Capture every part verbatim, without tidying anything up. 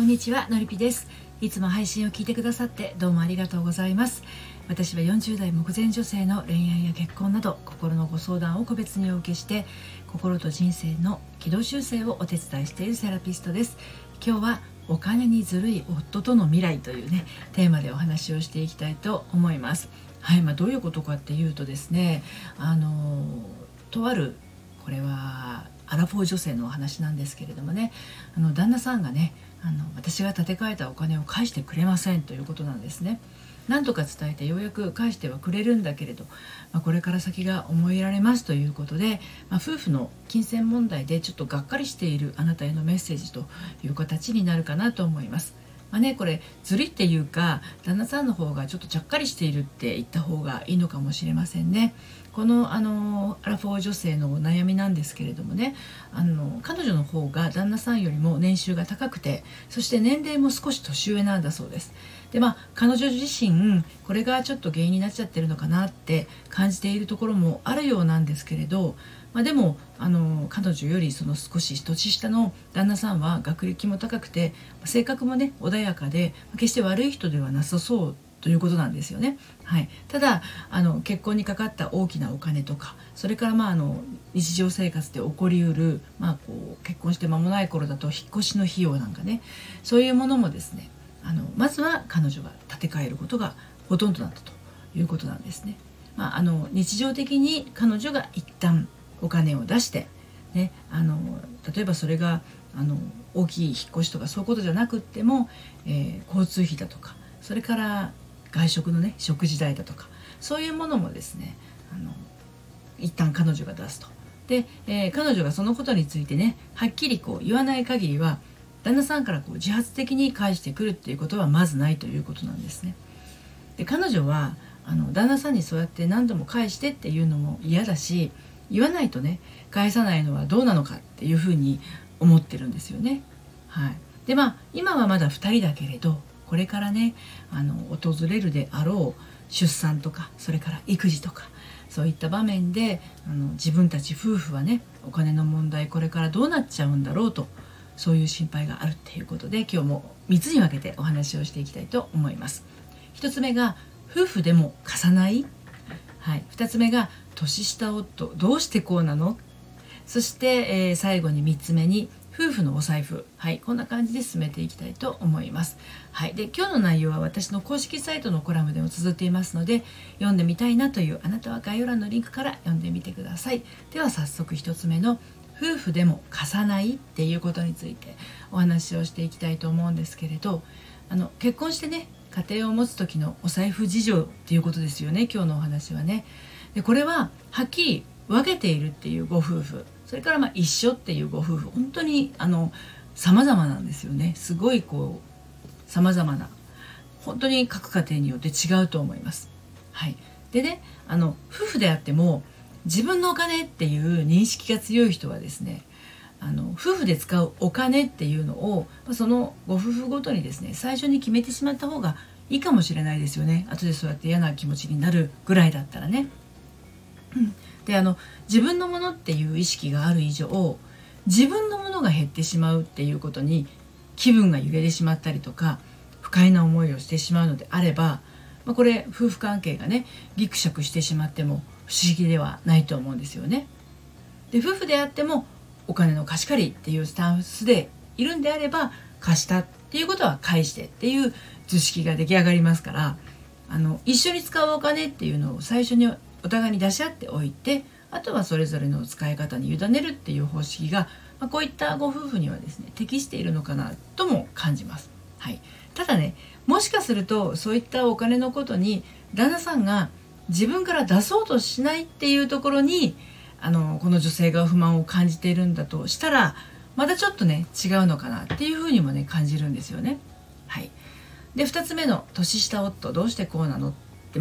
にちは、のりぴです。いつも配信を聞いてくださってどうもありがとうございます。私はよんじゅう代目前女性の恋愛や結婚など心のご相談を個別にお受けして、心と人生の軌道修正をお手伝いしているセラピストです。今日はお金にずるい夫との未来というねテーマでお話をしていきたいと思います。はい、まあ、どういうことかっていうとですね、あのとあるこれはアラフォー女性のお話なんですけれどもね、あの旦那さんがね、あの私が立て替えたお金を返してくれませんということなんですね。何とか伝えてようやく返してはくれるんだけれど、まあ、これから先が思いやられますということで、まあ、夫婦の金銭問題でちょっとがっかりしているあなたへのメッセージという形になるかなと思います。まあね、これずりっていうか旦那さんの方がちょっとちゃっかりしているって言った方がいいのかもしれませんね。このあのアラフォー女性のお悩みなんですけれどもね、あの彼女の方が旦那さんよりも年収が高くて、そして年齢も少し年上なんだそうです。でまあ彼女自身これがちょっと原因になっちゃってるのかなって感じているところもあるようなんですけれど、まあ、でもあの彼女よりその少し年下の旦那さんは学歴も高くて性格もね穏やかで決して悪い人ではなさそうということなんですよね。はい、ただあの結婚にかかった大きなお金とか、それからまああの日常生活で起こりうる、まあ、こう結婚して間もない頃だと引っ越しの費用なんかね、そういうものもですね、あのまずは彼女が立て替えることがほとんどだったということなんですね。まあ、あの日常的に彼女が一旦お金を出して、ね、あの例えばそれがあの大きい引っ越しとかそういうことじゃなくっても、えー、交通費だとか、それから外食のね食事代だとか、そういうものもですね、あの一旦彼女が出すと。で、えー、彼女がそのことについてねはっきりこう言わない限りは旦那さんからこう自発的に返してくるっていうことはまずないということなんですね。で彼女はあの旦那さんにそうやって何度も返してっていうのも嫌だし、言わないとね返さないのはどうなのかっていうふうに思ってるんですよね。はい、でまあ今はまだふたりだけれど、これからねあの訪れるであろう出産とか、それから育児とか、そういった場面であの自分たち夫婦はねお金の問題これからどうなっちゃうんだろうと、そういう心配があるっていうことで、今日もみっつに分けてお話をしていきたいと思います。ひとつめが夫婦でも貸さない、はい、ふたつめが年下夫どうしてこうなの、そして、えー、最後にみっつめに夫婦のお財布、はい、こんな感じで進めていきたいと思います。はい、で今日の内容は私の公式サイトのコラムでも綴っていますので、読んでみたいなというあなたは概要欄のリンクから読んでみてください。では早速ひとつめの夫婦でも貸さないっていうことについてお話をしていきたいと思うんですけれど、あの結婚してね家庭を持つ時のお財布事情っていうことですよね、今日のお話はね。でこれははっきり分けているっていうご夫婦、それからまあ一緒っていうご夫婦、本当にあの様々なんですよね。すごいこう様々な、本当に各家庭によって違うと思います。はい、でね、あの夫婦であっても自分のお金っていう認識が強い人はですね、あの夫婦で使うお金っていうのをそのご夫婦ごとにですね最初に決めてしまった方がいいかもしれないですよね。後でそうやって嫌な気持ちになるぐらいだったらね。うん、であの自分のものっていう意識がある以上、自分のものが減ってしまうっていうことに気分が揺れてしまったりとか不快な思いをしてしまうのであれば、まあ、これ夫婦関係がねギクシャクしてしまっても不思議ではないと思うんですよね。で夫婦であってもお金の貸し借りっていうスタンスでいるんであれば、貸したっていうことは返してっていう図式が出来上がりますから、あの一緒に使うお金っていうのを最初にお互いに出し合っておいて、あとはそれぞれの使い方に委ねるっていう方式が、まあ、こういったご夫婦にはですね適しているのかなとも感じます。はい、ただね、もしかするとそういったお金のことに旦那さんが自分から出そうとしないっていうところにあのこの女性が不満を感じているんだとしたら、またちょっとね違うのかなっていうふうにもね感じるんですよね。はい、でふたつめの年下夫どうしてこうなのって、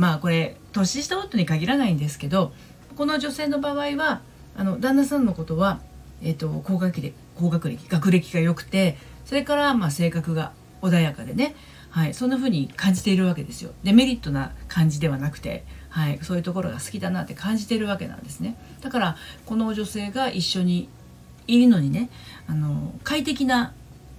まあこれ年下夫に限らないんですけど、この女性の場合はあの旦那さんのことは、えーと、高学歴高学歴学歴が良くて、それからまあ性格が穏やかでね、はい、そんな風に感じているわけですよ。デメリットな感じではなくて、はい、そういうところが好きだなって感じているわけなんですね。だからこの女性が一緒にいるのにね、あの快適な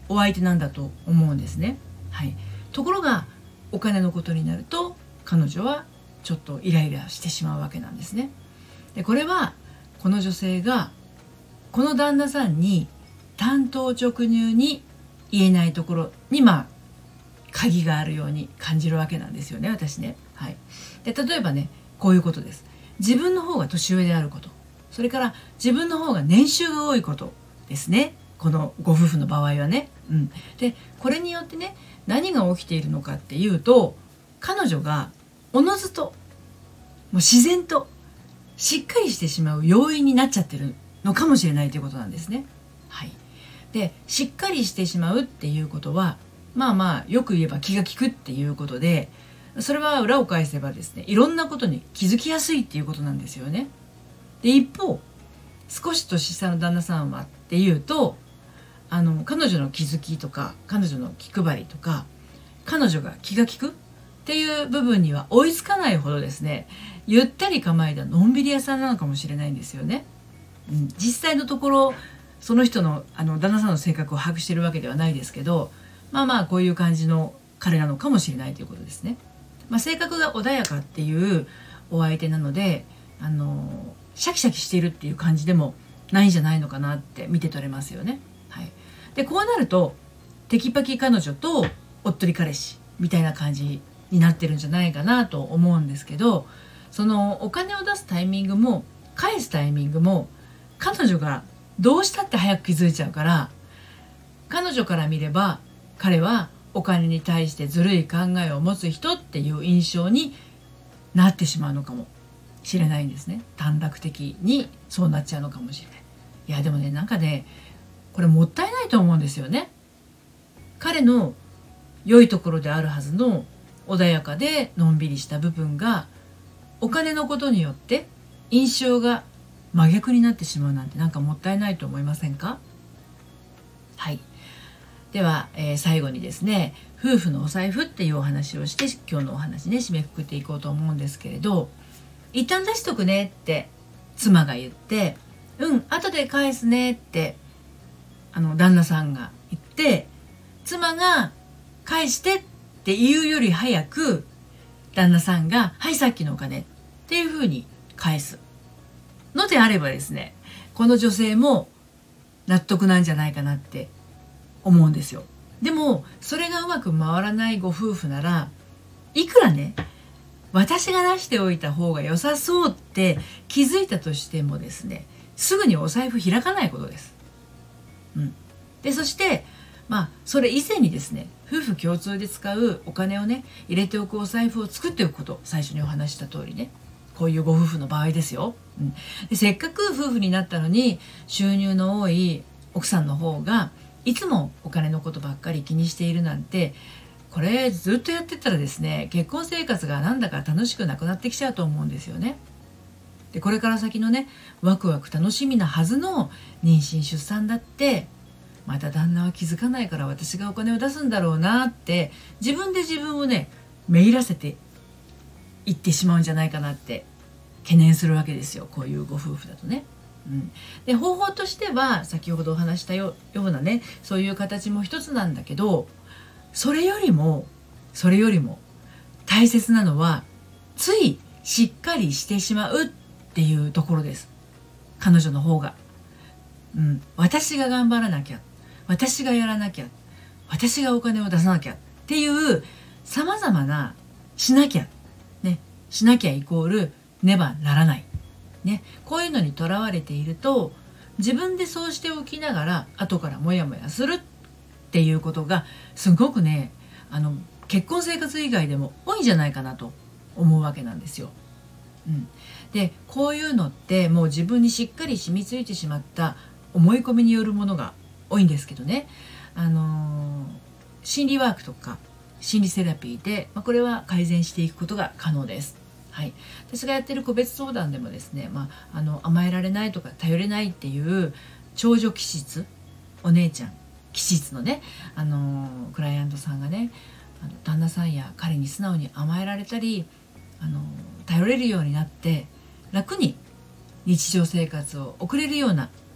お相手なんだと思うんですね。はい、ところがお金のことになると彼女はちょっとイライラしてしまうわけなんですね。でこれはこの女性がこの旦那さんに単刀直入に言えないところにまあ鍵があるように感じるわけなんですよね、私ね。はい、で例えばねこういうことです。自分の方が年上であること、それから自分の方が年収が多いことですね、このご夫婦の場合はね。うん、でこれによってね何が起きているのかっていうと、彼女がおのずともう自然としっかりしてしまう要因になっちゃってるのかもしれないということなんですね。はい、でしっかりしてしまうっていうことはまあまあよく言えば気が利くっていうことで、それは裏を返せばですねいろんなことに気づきやすいっていうことなんですよね。で一方少し年下の旦那さんはっていうと、あの彼女の気づきとか彼女の気配りとか彼女が気が利くっていう部分には追いつかないほどですね、ゆったり構えたのんびり屋さんなのかもしれないんですよね。うん、実際のところその人のあの旦那さんの性格を把握してるわけではないですけど、まあまあこういう感じの彼なのかもしれないということですね。まあ、性格が穏やかっていうお相手なので、あのシャキシャキしているっていう感じでもないんじゃないのかなって見て取れますよね。はい、でこうなるとテキパキ彼女とおっとり彼氏みたいな感じになってるんじゃないかなと思うんですけど、そのお金を出すタイミングも返すタイミングも彼女がどうしたって早く気づいちゃうから、彼女から見れば彼はお金に対してずるい考えを持つ人っていう印象になってしまうのかもしれないんですね。短絡的にそうなっちゃうのかもしれない。いやでもねなんかねこれもったいないと思うんですよね。彼の良いところであるはずの穏やかでのんびりした部分がお金のことによって印象が真逆になってしまうなんてなんかもったいないと思いませんか？はい、では、えー、最後にですね夫婦のお財布っていうお話をして今日のお話ね締めくくっていこうと思うんですけれど、一旦出しとくねって妻が言って、うん後で返すねってあの旦那さんが言って、妻が返してって言うより早く旦那さんがはいさっきのお金っていうふうに返すのであればですね、この女性も納得なんじゃないかなって思うんですよ。でもそれがうまく回らないご夫婦なら、いくらね私が出しておいた方が良さそうって気づいたとしてもですね、すぐにお財布開かないことです。うん、でそしてまあそれ以前にですね夫婦共通で使うお金をね入れておくお財布を作っておくこと、最初にお話した通りね、こういうご夫婦の場合ですよ。うん、でせっかく夫婦になったのに収入の多い奥さんの方がいつもお金のことばっかり気にしているなんて、これずっとやってったらですね結婚生活がなんだか楽しくなくなってきちゃうと思うんですよね。でこれから先のねワクワク楽しみなはずの妊娠出産だってまた旦那は気づかないから私がお金を出すんだろうなって自分で自分をねめいらせていってしまうんじゃないかなって懸念するわけですよ、こういうご夫婦だとね。うん、で方法としては先ほどお話したようなねそういう形も一つなんだけど、それよりもそれよりも大切なのはついしっかりしてしまうっていうところです。彼女の方が、うん、私が頑張らなきゃ、私がやらなきゃ、私がお金を出さなきゃっていうさまざまなしなきゃね、しなきゃイコールねばならないね、こういうのにとらわれていると自分でそうしておきながら後からモヤモヤするっていうことがすごくねあの結婚生活以外でも多いんじゃないかなと思うわけなんですよ。うん、でこういうのってもう自分にしっかり染みついてしまった思い込みによるものが多いんですけどね、あのー、心理ワークとか心理セラピーで、まあ、これは改善していくことが可能です。はい、私がやってる個別相談でもですね、まあ、あの甘えられないとか頼れないっていう長女気質お姉ちゃん気質のね、あのー、クライアントさんがねあの旦那さんや彼に素直に甘えられたり、あのー、頼れるようになって楽に日常生活を送れるような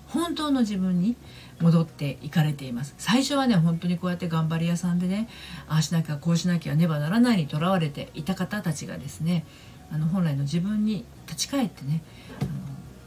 本当の自分に戻っていかれています。最初はね本当にこうやって頑張り屋さんでね、ああしなきゃこうしなきゃねばならないにとらわれていた方たちがですね、あの本来の自分に立ち返ってね、あの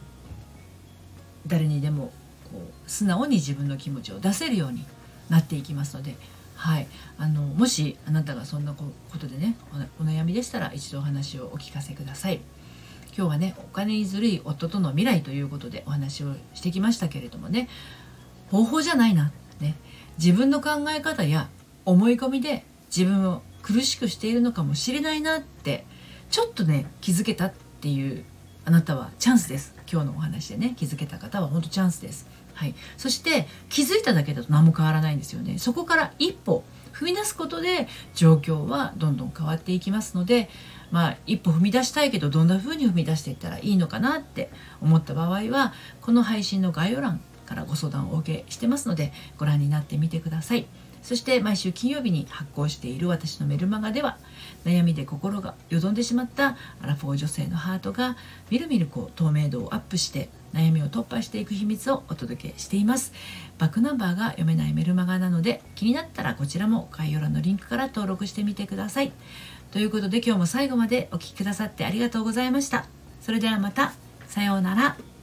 誰にでもこう素直に自分の気持ちを出せるようになっていきますので、はい、あのもしあなたがそんなことでね お, お悩みでしたら一度お話をお聞かせください。今日はねお金にずるい夫との未来ということでお話をしてきましたけれどもね、方法じゃないな、ね、自分の考え方や思い込みで自分を苦しくしているのかもしれないなってちょっとね気づけたっていうあなたはチャンスです。今日のお話でね気づけた方は本当チャンスです。はい、そして気づいただけだと何も変わらないんですよね。そこから一歩踏み出すことで状況はどんどん変わっていきますので、まあ一歩踏み出したいけどどんな風に踏み出していったらいいのかなって思った場合はこの配信の概要欄からご相談をお受けしてますのでご覧になってみてください。そして毎週金曜日に発行している私のメルマガでは悩みで心がよどんでしまったアラフォー女性のハートがみるみるこう透明度をアップして悩みを突破していく秘密をお届けしています。バックナンバーが読めないメルマガなので気になったらこちらも概要欄のリンクから登録してみてください。ということで今日も最後までお聞きくださってありがとうございました。それではまた。さようなら。